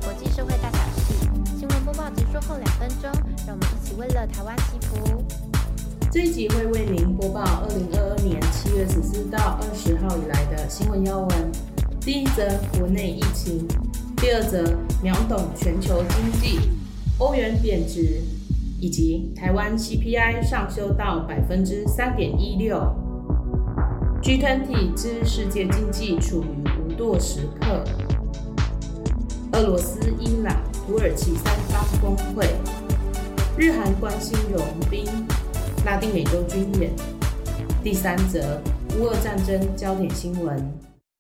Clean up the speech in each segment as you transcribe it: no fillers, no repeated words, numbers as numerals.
国际社会大小事，新闻播报结束后2分钟，让我们一起为了台湾祈福。 这一集会为您播报2022年7月14到20号以来的新闻要闻。第一则，国内疫情；第二则，秒懂全球经济，欧元贬值，以及台湾 CPI 上修到 3.16%。G20 之世界经济处于无舵时刻。俄罗斯、伊朗、土耳其三方峰会，日韩关系融冰，拉丁美洲军演。第三则，乌俄战争焦点新闻。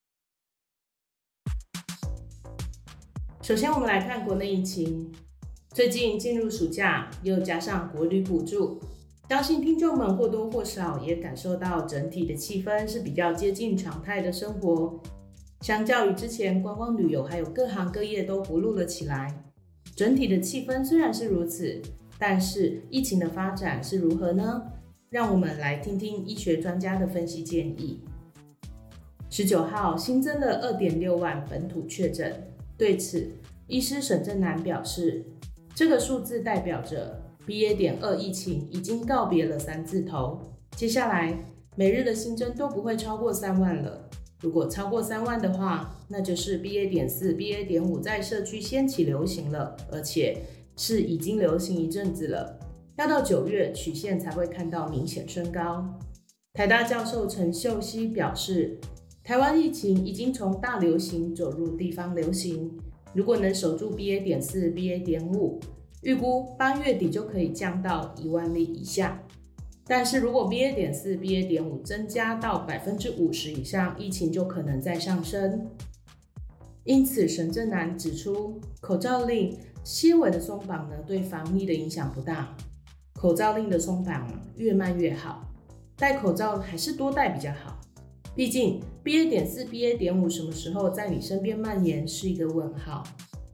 首先，我们来看国内疫情。最近进入暑假，又加上国旅补助，相信听众们或多或少也感受到整体的气氛是比较接近常态的生活。相较于之前，观光旅游还有各行各业都活络了起来。整体的气氛虽然是如此，但是疫情的发展是如何呢？让我们来听听医学专家的分析建议。19号新增了 2.6 万本土确诊，对此，医师沈正南表示，这个数字代表着 BA.2 疫情已经告别了3字头，接下来每日的新增都不会超过3万了。如果超过3万的话，那就是 BA.4、BA.5 在社区掀起流行了，而且是已经流行一阵子了。要到9月，曲线才会看到明显升高。台大教授陈秀熙表示，台湾疫情已经从大流行走入地方流行，如果能守住 BA.4、BA.5， 预估8月底就可以降到1万例以下。但是如果 BA.4、BA.5 增加到 50% 以上，疫情就可能再上升。因此，沈正南指出，口罩令些微的松绑呢，对防疫的影响不大。口罩令的松绑越慢越好，戴口罩还是多戴比较好。毕竟 BA.4、BA.5 什么时候在你身边蔓延是一个问号。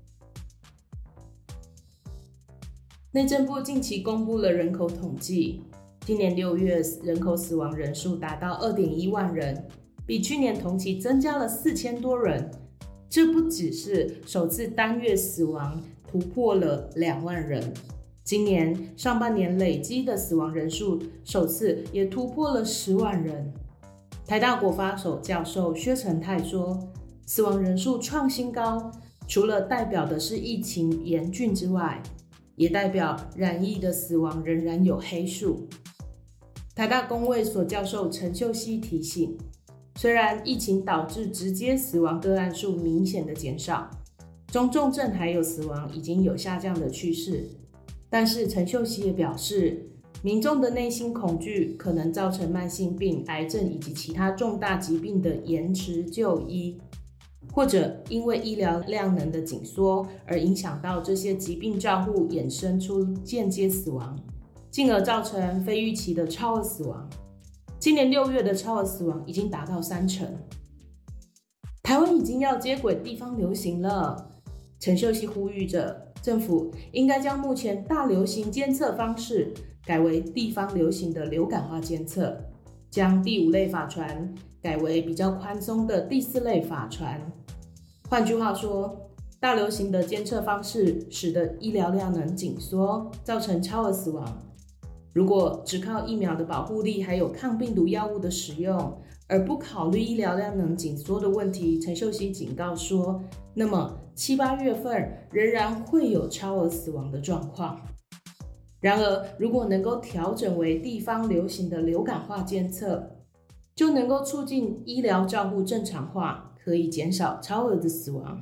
内政部近期公布了人口统计，今年6月人口死亡人数达到 2.1 万人，比去年同期增加了4000多人。这不只是首次单月死亡突破了2万人，今年上半年累积的死亡人数首次也突破了10万人。台大国发所教授薛成泰说，死亡人数创新高，除了代表的是疫情严峻之外，也代表染疫的死亡仍然有黑数。台大公卫所教授陈秀熙提醒，虽然疫情导致直接死亡个案数明显的减少，中重症还有死亡已经有下降的趋势，但是陈秀熙也表示，民众的内心恐惧可能造成慢性病、癌症以及其他重大疾病的延迟就医，或者因为医疗量能的紧缩而影响到这些疾病照护，衍生出间接死亡，进而造成非预期的超额死亡。今年6月的超额死亡已经达到30%。台湾已经要接轨地方流行了，陈秀熙呼吁着政府应该将目前大流行监测方式改为地方流行的流感化监测，将第5类法传改为比较宽松的第4类法传。换句话说，大流行的监测方式使得医疗量能紧缩，造成超额死亡。如果只靠疫苗的保护力还有抗病毒药物的使用，而不考虑医疗量能紧缩的问题，陈秀熙警告说，那么7、8月份仍然会有超额死亡的状况。然而，如果能够调整为地方流行的流感化监测，就能够促进医疗照护正常化，可以减少超额的死亡。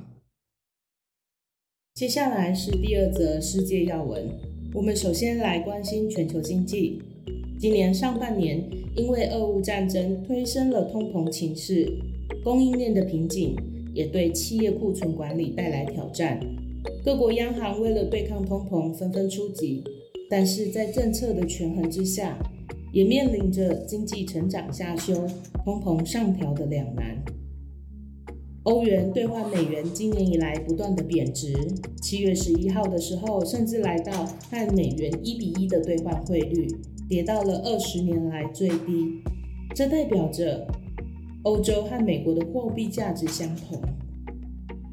接下来是第2则世界要闻。我们首先来关心全球经济。今年上半年，因为俄乌战争推升了通膨情势，供应链的瓶颈也对企业库存管理带来挑战。各国央行为了对抗通膨纷纷出击，但是在政策的权衡之下，也面临着经济成长下修、通膨上调的两难。欧元兑换美元今年以来不断的贬值，7月11号的时候甚至来到和美元1:1的兑换汇率，跌到了20年来最低。这代表着欧洲和美国的货币价值相同。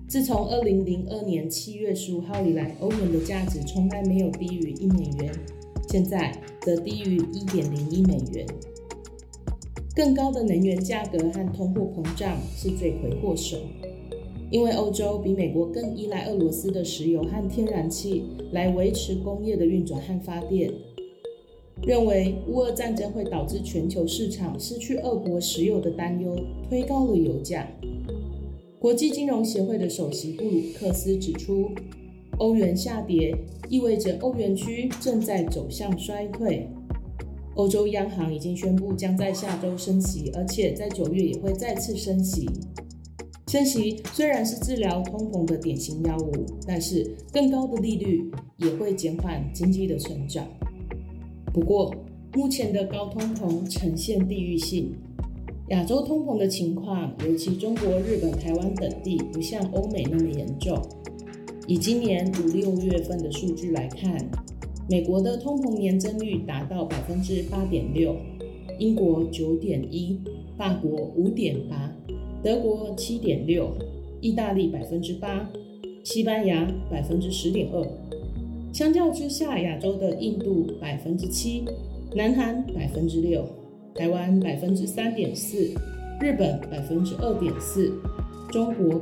自从2002年7月15号以来，欧元的价值从来没有低于1美元，现在则低于 1.01 美元。更高的能源价格和通货膨胀是罪魁祸首，因为欧洲比美国更依赖俄罗斯的石油和天然气来维持工业的运转和发电。认为乌俄战争会导致全球市场失去俄国石油的担忧，推高了油价。国际金融协会的首席布鲁克斯指出，欧元下跌意味着欧元区正在走向衰退。欧洲央行已经宣布将在下周升息，而且在9月也会再次升息。升息虽然是治疗通膨的典型药物，但是更高的利率也会减缓经济的成长。不过，目前的高通膨呈现地域性，亚洲通膨的情况，尤其中国、日本、台湾等地，不像欧美那么严重。以今年5、6月份的数据来看，美国的通膨年增率达到 8.6%， 英国 9.1%， 法国 5.8%， 德国 7.6%， 意大利 8%， 西班牙 10.2%。相较之下，亚洲的印度 7%， 南韩 6%， 台湾 3.4%， 日本 2.4%， 中国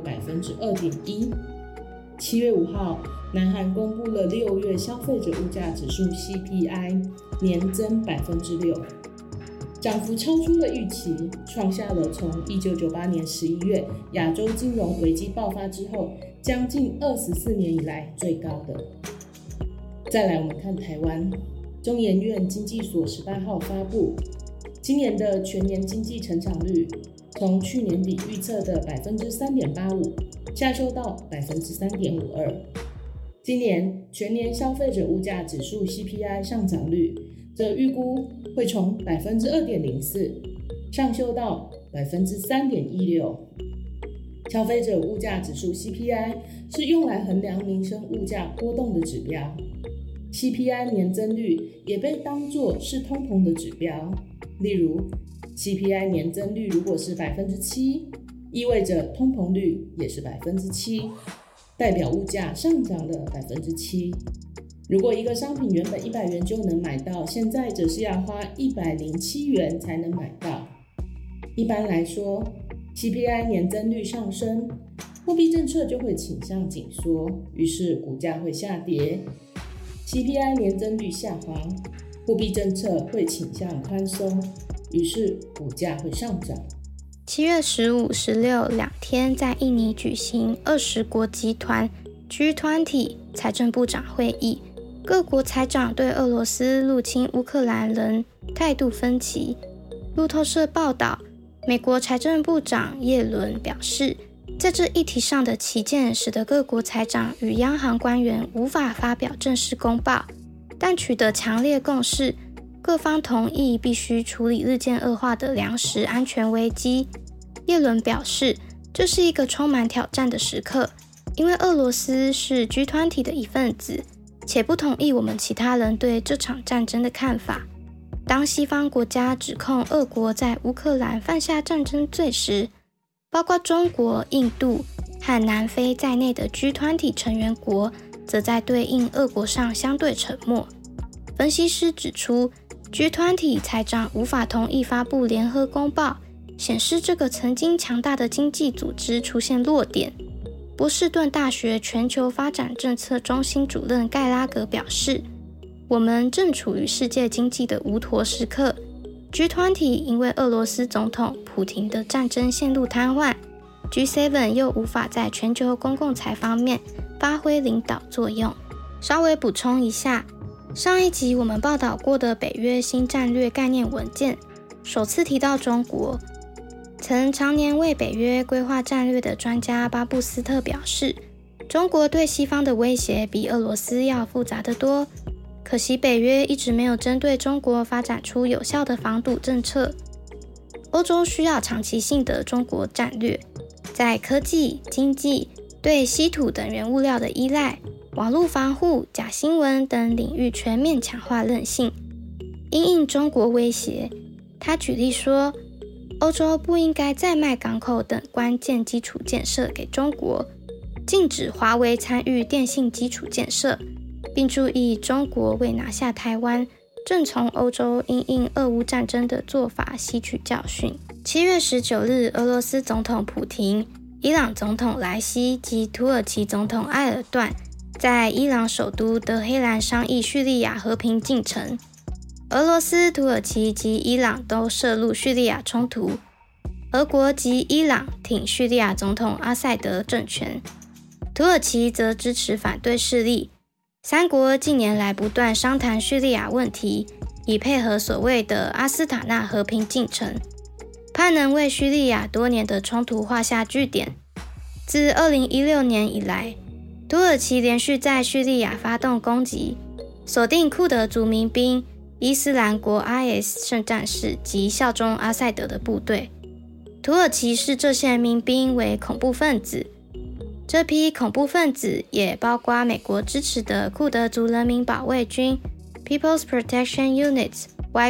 2.1%。7月5号，南韩公布了6月消费者物价指数 CPI， 年增 6%， 涨幅超出了预期，创下了从1998年11月亚洲金融危机爆发之后将近24年以来最高的。再来我们看台湾，中研院经济所18号发布，今年的全年经济成长率从去年底预测的 3.85% 下修到 3.52%。今年全年消费者物价指数 CPI 上涨率则预估会从 2.04% 上修到 3.16%。消费者物价指数 CPI 是用来衡量民生物价波动的指标， CPI 年增率也被当作是通膨的指标。例如 CPI 年增率如果是 7%， 意味着通膨率也是 7%， 代表物价上涨了 7%。 如果一个商品原本100元就能买到，现在则是要花107元才能买到。一般来说， CPI 年增率上升，货币政策就会倾向紧缩，于是股价会下跌。 CPI 年增率下滑，货币政策会倾向宽松，于是股价会上涨。 7月15、16两天在印尼举行20国集团 G20 财政部长会议，各国财长对俄罗斯入侵乌克兰仍态度分歧。路透社报道，美国财政部长耶伦表示，在这议题上的歧见使得各国财长与央行官员无法发表正式公报，但取得强烈共识，各方同意必须处理日渐恶化的粮食安全危机。耶伦表示，这是一个充满挑战的时刻，因为俄罗斯是 G20 的一份子，且不同意我们其他人对这场战争的看法。当西方国家指控俄国在乌克兰犯下战争罪时，包括中国、印度和南非在内的 G20 成员国则在对应俄国上相对沉默。分析师指出， G20 财长无法同意发布联合公报，显示这个曾经强大的经济组织出现弱点。波士顿大学全球发展政策中心主任盖拉格表示，我们正处于世界经济的无妥时刻。G20 因为俄罗斯总统普廷的战争陷入瘫痪， G7 又无法在全球公共财方面发挥领导作用。稍微补充一下，上一集我们报道过的北约新战略概念文件首次提到中国。曾常年为北约规划战略的专家巴布斯特表示，中国对西方的威胁比俄罗斯要复杂得多，可惜北约一直没有针对中国发展出有效的防堵政策。欧洲需要长期性的中国战略，在科技、经济、对稀土等原物料的依赖、网络防护、假新闻等领域全面强化韧性，因应中国威胁。他举例说，欧洲不应该再卖港口等关键基础建设给中国， 禁止华为参与电信基础建设，并注意中国为拿下台湾，正从欧洲因应俄乌战争的做法吸取教训。7月19日，俄罗斯总统普廷、伊朗总统莱西及土耳其总统埃尔段在伊朗首都德黑兰商议叙利亚和平进程。俄罗斯、土耳其及伊朗都涉入叙利亚冲突，俄国及伊朗挺叙利亚总统阿塞德政权，土耳其则支持反对势力。三国近年来不断商谈叙利亚问题，以配合所谓的阿斯塔纳和平进程，盼能为叙利亚多年的冲突画下句点。自2016年以来，土耳其连续在叙利亚发动攻击，锁定库德族民兵、伊斯兰国 IS 圣战士及效忠阿塞德的部队。土耳其视这些民兵为恐怖分子，这批恐怖分子也包括美国支持的库德族人民保卫军 People's Protection Units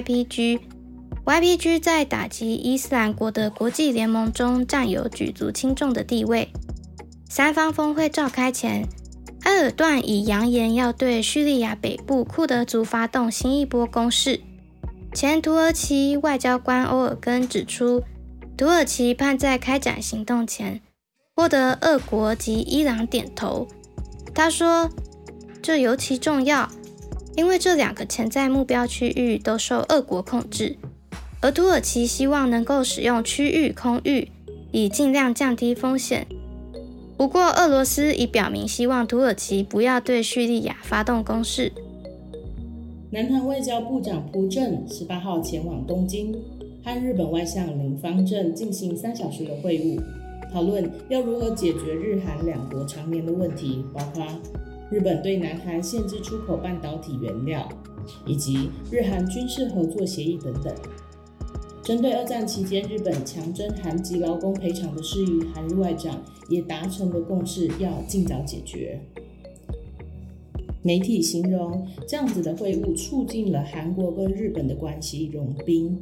YPG。YPG 在打击伊斯兰国的国际联盟中占有举足轻重的地位。三方峰会召开前，埃尔段已扬言要对叙利亚北部库德族发动新一波攻势。前土耳其外交官欧尔根指出，土耳其盼在开展行动前获得俄国及伊朗点头。他说，这尤其重要，因为这两个潜在目标区域都受俄国控制，而土耳其希望能够使用区域空域，以尽量降低风险。不过，俄罗斯已表明希望土耳其不要对叙利亚发动攻势。 南韩外交部长朴正18号前往东京，和日本外相林芳正进行3小时的会晤，讨论要如何解决日韩两国常年的问题，包括日本对南韩限制出口半导体原料，以及日韩军事合作协议等等。针对二战期间日本强征韩籍劳工赔偿的事宜，韩日外长也达成了共识，要尽早解决。媒体形容这样子的会晤促进了韩国跟日本的关系融冰。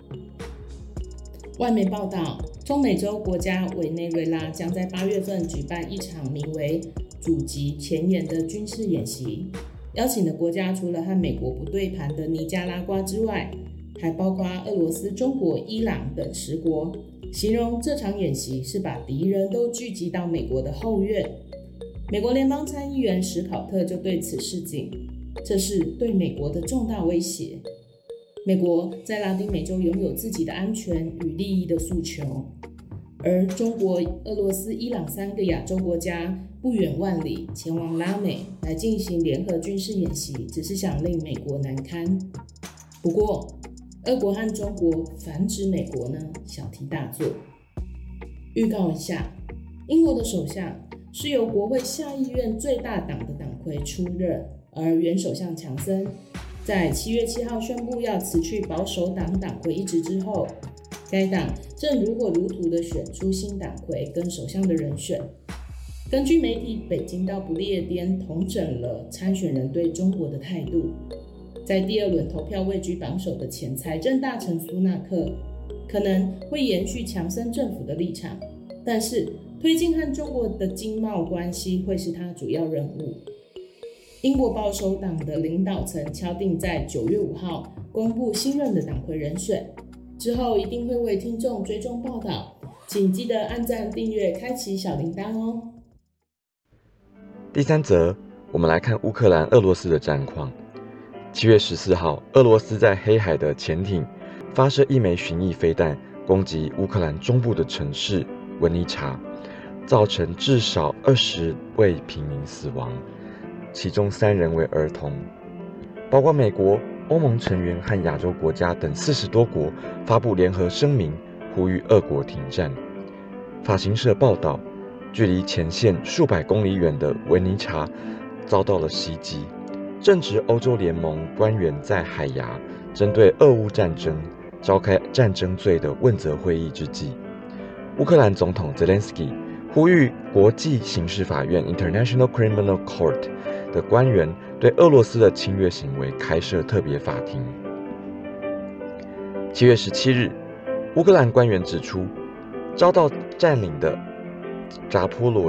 外媒报道，中美洲国家委内瑞拉将在8月份举办一场名为“阻击前沿”的军事演习，邀请的国家除了和美国不对盘的尼加拉瓜之外，还包括俄罗斯、中国、伊朗等10国，形容这场演习是把敌人都聚集到美国的后院。美国联邦参议员史考特就对此示警，这是对美国的重大威胁。美国在拉丁美洲拥有自己的安全与利益的诉求，而中国、俄罗斯、伊朗3个亚洲国家不远万里前往拉美来进行联合军事演习，只是想令美国难堪。不过，俄国和中国反指美国呢，小题大做。预告一下，英国的首相是由国会下议院最大党的党魁出任，而原首相强森在7月7号宣布要辞去保守党党魁一职之后，该党正如火如荼地选出新党魁跟首相的人选。根据媒体北京到不列颠统整了参选人对中国的态度，在第2轮投票位居榜首的前财政大臣苏纳克可能会延续强森政府的立场，但是推进和中国的经贸关系会是他主要任务。英国保守党的领导层敲定在9月5号公布新任的党魁人选，之后一定会为听众追踪报道，请记得按赞、订阅、开启小铃铛哦。 第3则，我们来看乌克兰、俄罗斯的战况。7月14号，俄罗斯在黑海的潜艇发射1枚巡弋飞弹，攻击乌克兰中部的城市文尼察，造成至少20位平民死亡，其中3人为儿童。包括美国、欧盟成员和亚洲国家等40多国发布联合声明，呼吁俄国停战。法新社报道，距离前线数百公里远的文尼察遭到了袭击。正值欧洲联盟官员在海牙针对俄乌战争召开战争罪的问责会议之际，乌克兰总统 Zelensky 呼吁国际刑事法院 International Criminal Court 的官员对俄罗斯的侵略行为开设特别法庭。7月17日，乌克兰官员指出，遭到占领的扎波罗热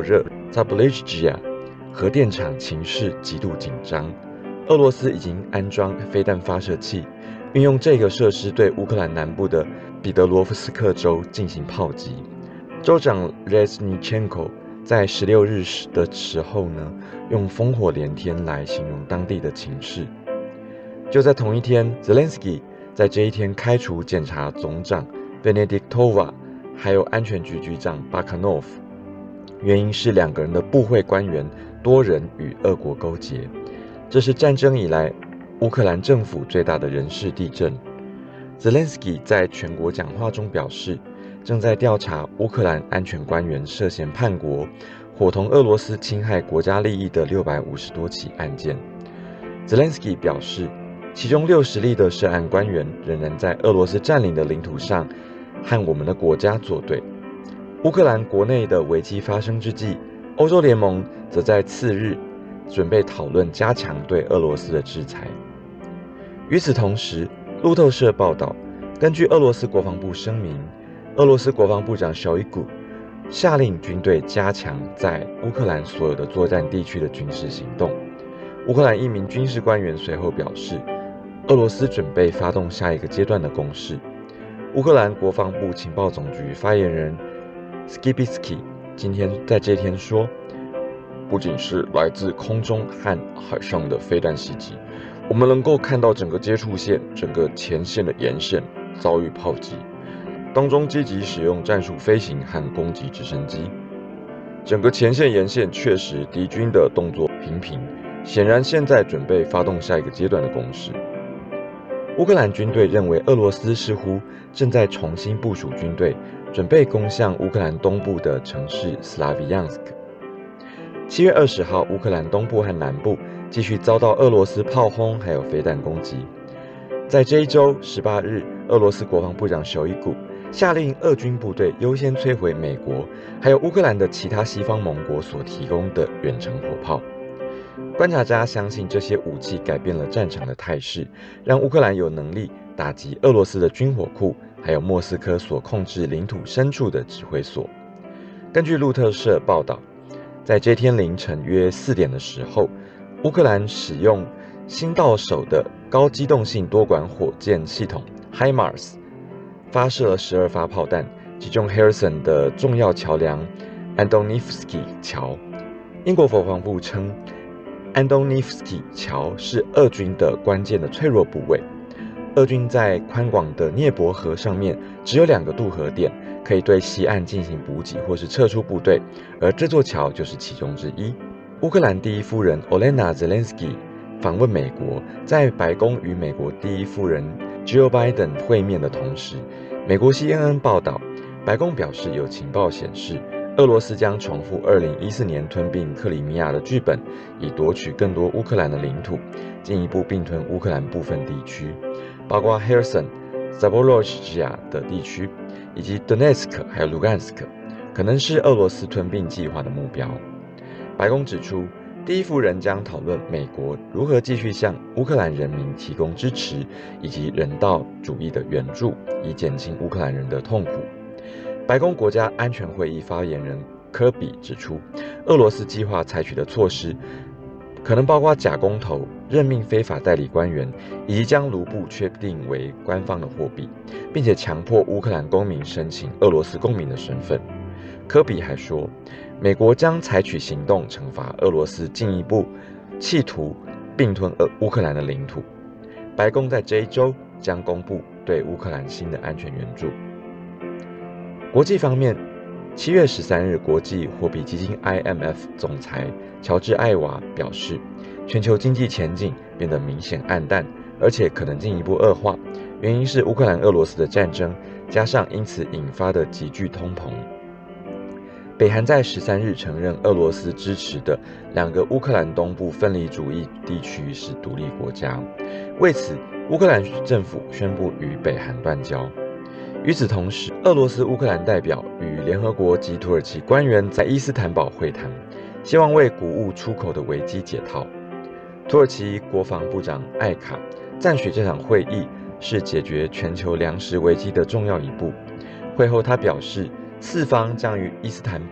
扎波雷吉亚核电厂情势极度紧张，俄罗斯已经安装飞弹发射器，运用这个设施对乌克兰南部的彼得罗夫斯克州进行炮击。州长 Reznichenko 在16日的时候呢，用烽火连天来形容当地的情势。就在同一天 Zelensky 在这一天开除检察总长 Benediktova 还有安全局局长 Bakanov， 原因是2个人的部会官员多人与俄国勾结，这是战争以来乌克兰政府最大的人事地震。Zelensky 在全国讲话中表示，正在调查乌克兰安全官员涉嫌叛国，伙同俄罗斯侵害国家利益的650多起案件。Zelensky 表示，其中60例的涉案官员仍然在俄罗斯占领的领土上和我们的国家作对。乌克兰国内的危机发生之际，欧洲联盟则在次日准备讨论加强对俄罗斯的制裁。与此同时，路透社报道，根据俄罗斯国防部声明，俄罗斯国防部长绍伊古下令军队加强在乌克兰所有的作战地区的军事行动。乌克兰一名军事官员随后表示，俄罗斯准备发动下一个阶段的攻势。乌克兰国防部情报总局发言人 Skibitsky 今天在这天说，不仅是来自空中和海上的飞弹袭击，我们能够看到整个接触线、整个前线的沿线遭遇炮击，当中积极使用战术飞行和攻击直升机。整个前线沿线确实敌军的动作频频，显然现在准备发动下一个阶段的攻势。乌克兰军队认为俄罗斯似乎正在重新部署军队，准备攻向乌克兰东部的城市斯拉维扬斯克。7月20号，乌克兰东部和南部继续遭到俄罗斯炮轰还有飞弹攻击。在这一周18日，俄罗斯国防部长绍伊古下令俄军部队优先摧毁美国还有乌克兰的其他西方盟国所提供的远程火炮。观察家相信，这些武器改变了战场的态势，让乌克兰有能力打击俄罗斯的军火库，还有莫斯科所控制领土深处的指挥所。根据路透社报道，在这天凌晨约4点的时候，乌克兰使用新到手的高机动性多管火箭系统 HIMARS 发射了12发炮弹，击中 Kherson 的重要桥梁 Andonivsky 桥。英国国防部称，安东尼夫斯基桥是俄军的关键的脆弱部位。俄军在宽广的涅伯河上面只有2个渡河点，可以对西岸进行补给或是撤出部队，而这座桥就是其中之一。乌克兰第一夫人 Olena Zelensky 访问美国，在白宫与美国第一夫人 Jill Biden 会面的同时，美国 CNN 报道，白宫表示有情报显示，俄罗斯将重复2014年吞并克里米亚的剧本，以夺取更多乌克兰的领土，进一步并吞乌克兰部分地区，包括 Kherson、Zaporozhye 的地区，以及 Donetsk 还有 Lugansk， 可能是俄罗斯吞并计划的目标。白宫指出，第一夫人将讨论美国如何继续向乌克兰人民提供支持，以及人道主义的援助，以减轻乌克兰人的痛苦。白宫国家安全会议发言人科比指出，俄罗斯计划采取的措施可能包括假公投、任命非法代理官员，以及将卢布确定为官方的货币，并且强迫乌克兰公民申请俄罗斯公民的身份。科比还说，美国将采取行动惩罚俄罗斯进一步企图并吞乌克兰的领土。白宫在这一周将公布对乌克兰新的安全援助。国际方面，7月13日，国际货币基金 IMF 总裁乔治·艾娃表示，全球经济前景变得明显暗淡，而且可能进一步恶化，原因是乌克兰俄罗斯的战争，加上因此引发的急剧通膨。北韩在13日承认俄罗斯支持的2个乌克兰东部分离主义地区是独立国家，为此，乌克兰政府宣布与北韩断交。与此同时，俄罗斯乌克兰代表与联合国及土耳其官员在伊斯坦堡会谈，希望为谷物出口的危机解套。土耳其国防部长艾卡赞许这场会议是解决全球粮食危机的重要一步。会后他表示，4方将于伊斯坦堡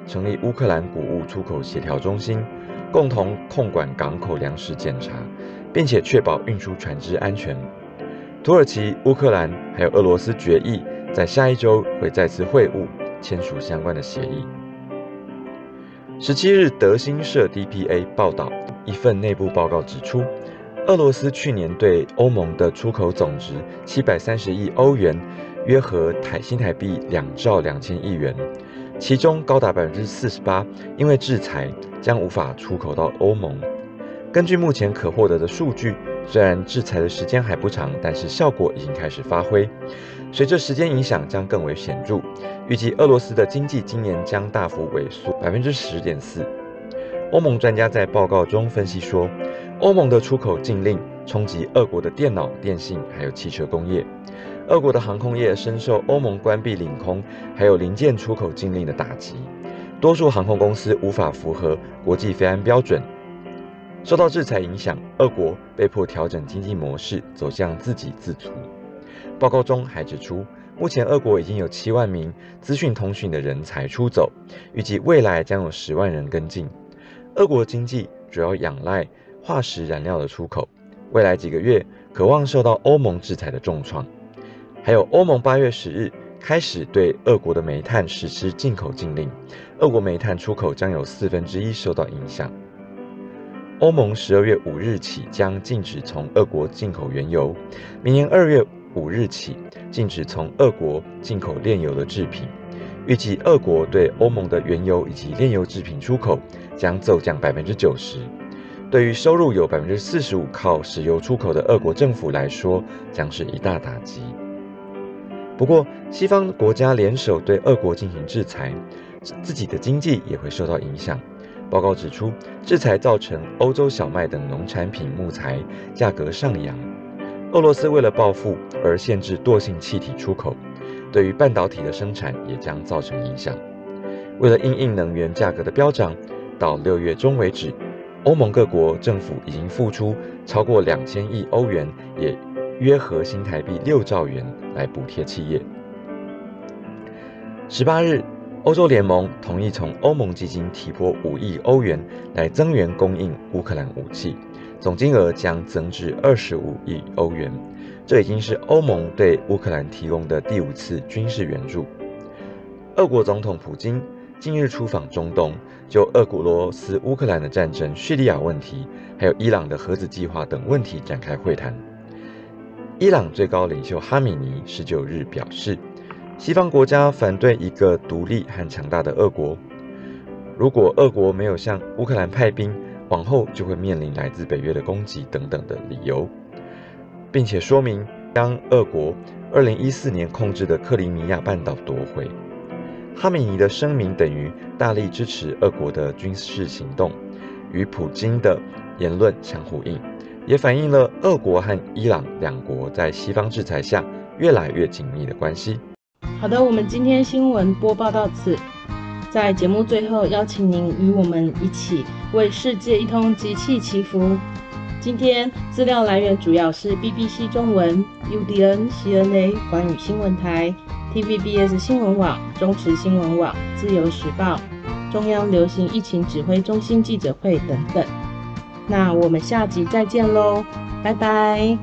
成立乌克兰谷物出口协调中心，共同控管港口粮食检查，并且确保运输船只安全。土耳其、乌克兰还有俄罗斯决议在下一周会再次会晤，签署相关的协议。17日，德新社 DPA 报道，一份内部报告指出，俄罗斯去年对欧盟的出口总值730亿欧元，约合新台币2兆2000亿元，其中高达48%因为制裁将无法出口到欧盟。根据目前可获得的数据，虽然制裁的时间还不长，但是效果已经开始发挥。随着时间影响将更为显著，预计俄罗斯的经济今年将大幅萎缩10.4%。欧盟专家在报告中分析说，欧盟的出口禁令冲击俄国的电脑、电信还有汽车工业。俄国的航空业深受欧盟关闭领空还有零件出口禁令的打击，多数航空公司无法符合国际飞安标准。受到制裁影响，俄国被迫调整经济模式，走向自给自足。报告中还指出，目前俄国已经有7万名资讯通讯的人才出走，预计未来将有10万人跟进。俄国经济主要仰赖化石燃料的出口，未来几个月可望受到欧盟制裁的重创。还有欧盟8月10日开始对俄国的煤炭实施进口禁令，俄国煤炭出口将有1/4受到影响。欧盟12月5日起将禁止从俄国进口原油，明年2月5日起禁止从俄国进口炼油的制品。预计俄国对欧盟的原油以及炼油制品出口将骤降90%。对于收入有45%靠石油出口的俄国政府来说，将是一大打击。不过，西方国家联手对俄国进行制裁，自己的经济也会受到影响。报告指出，制裁造成欧洲小麦等农产品木材价格上扬。俄罗斯为了报复而限制惰性气体出口，对于半导体的生产也将造成影响。为了因应能源价格的飙涨，到6月中为止，欧盟各国政府已经付出超过2000亿欧元，也约合新台币6兆元来补贴企业。18日，欧洲联盟同意从欧盟基金提拨5亿欧元来增援供应乌克兰武器，总金额将增至25亿欧元。这已经是欧盟对乌克兰提供的第5次军事援助。俄国总统普京近日出访中东，就俄罗斯乌克兰的战争、叙利亚问题，还有伊朗的核子计划等问题展开会谈。伊朗最高领袖哈米尼19日表示，西方国家反对一个独立和强大的俄国。如果俄国没有向乌克兰派兵，往后就会面临来自北约的攻击等等的理由，并且说明将俄国2014年控制的克里米亚半岛夺回。哈米尼的声明等于大力支持俄国的军事行动，与普京的言论相呼应，也反映了俄国和伊朗两国在西方制裁下越来越紧密的关系。 好的，我们今天新闻播报到此，在节目最后邀请您与我们一起为世界一通集气祈福。今天资料来源主要是 BBC 中文、UDN、CNA 寰宇新闻台、TVBS 新闻网、中时新闻网、自由时报、中央流行疫情指挥中心记者会等等。那我们下集再见咯，拜拜。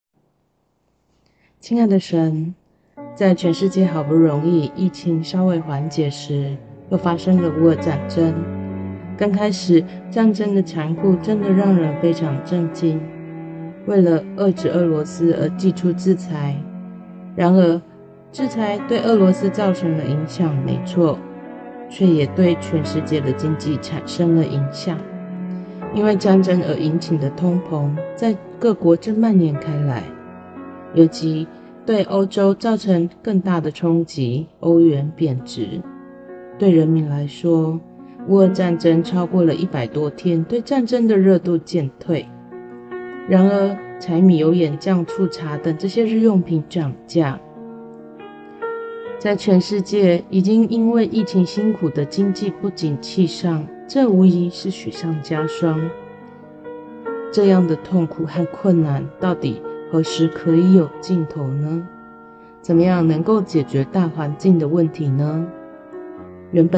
亲爱的神，在全世界好不容易疫情稍微缓解时，又发生了乌俄战争。刚开始战争的残酷真的让人非常震惊，为了遏制俄罗斯而祭出制裁。然而制裁对俄罗斯造成了影响没错，却也对全世界的经济产生了影响。因为战争而引起的通膨在各国正蔓延开来，尤其对欧洲造成更大的冲击，欧元贬值。对人民来说，乌俄战争超过了100多天，对战争的热度渐退。然而柴米油盐酱醋茶等这些日用品涨价，在全世界已经因为疫情辛苦的经济不景气上，这无疑是雪上加霜。这样的痛苦和困难到底何时可以有尽头呢？怎么样能够解决大环境的问题呢？原本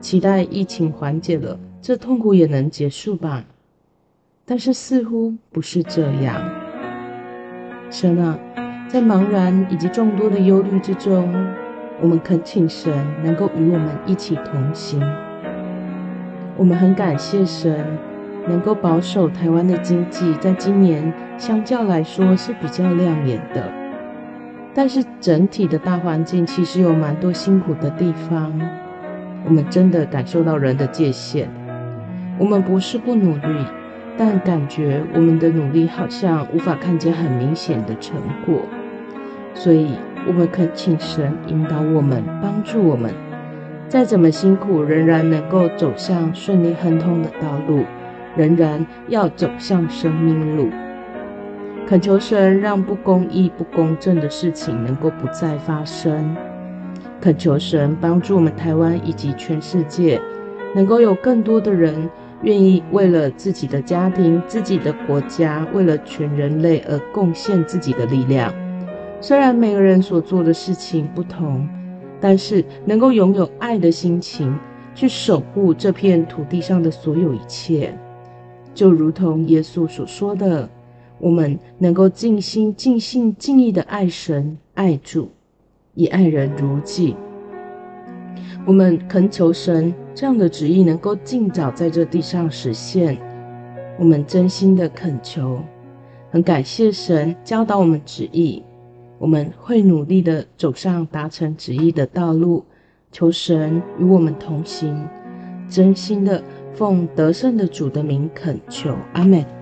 期待疫情缓解了，这痛苦也能结束吧。但是似乎不是这样。神啊，在茫然以及众多的忧虑之中，我们恳请神能够与我们一起同行。我们很感谢神能够保守台湾的经济，在今年相较来说是比较亮眼的，但是整体的大环境其实有蛮多辛苦的地方，我们真的感受到人的界限。我们不是不努力，但感觉我们的努力好像无法看见很明显的成果，所以我们恳请神引导我们，帮助我们，再怎么辛苦仍然能够走向顺利亨通的道路，仍然要走向生命路。恳求神让不公义不公正的事情能够不再发生，恳求神帮助我们台湾以及全世界能够有更多的人愿意为了自己的家庭、自己的国家，为了全人类而贡献自己的力量。虽然每个人所做的事情不同，但是能够拥有爱的心情去守护这片土地上的所有一切，就如同耶稣所说的，我们能够尽心尽性尽意的爱神爱主，以爱人如己。我们恳求神这样的旨意能够尽早在这地上实现，我们真心的恳求，很感谢神教导我们旨意，我们会努力的走上达成旨意的道路，求神与我们同行，真心的奉得胜的主的名恳求，阿们。